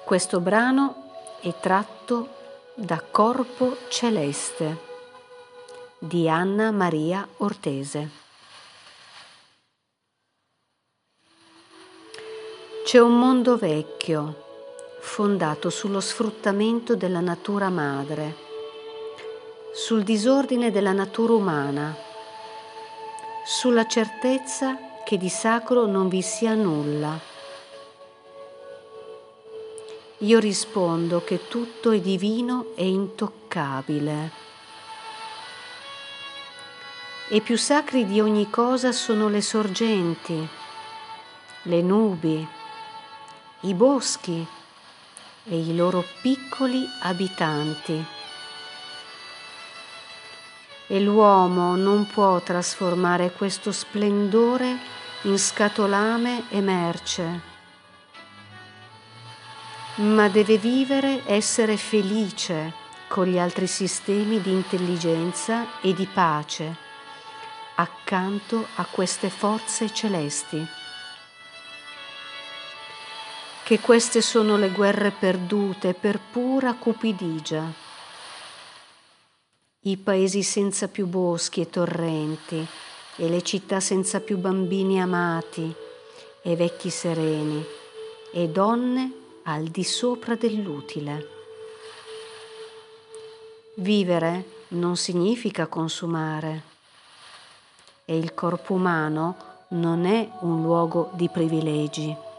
Questo brano è tratto da Corpo Celeste di Anna Maria Ortese. C'è un mondo vecchio, fondato sullo sfruttamento della natura madre, sul disordine della natura umana, sulla certezza che di sacro non vi sia nulla. Io rispondo che tutto è divino e intoccabile. E più sacri di ogni cosa sono le sorgenti, le nubi, i boschi e i loro piccoli abitanti. E l'uomo non può trasformare questo splendore in scatolame e merce, ma deve vivere, essere felice con gli altri sistemi di intelligenza e di pace accanto a queste forze celesti. Che queste sono le guerre perdute per pura cupidigia, i paesi senza più boschi e torrenti, e le città senza più bambini amati e vecchi sereni, e donne al di sopra dell'utile. Vivere non significa consumare, e il corpo umano non è un luogo di privilegi.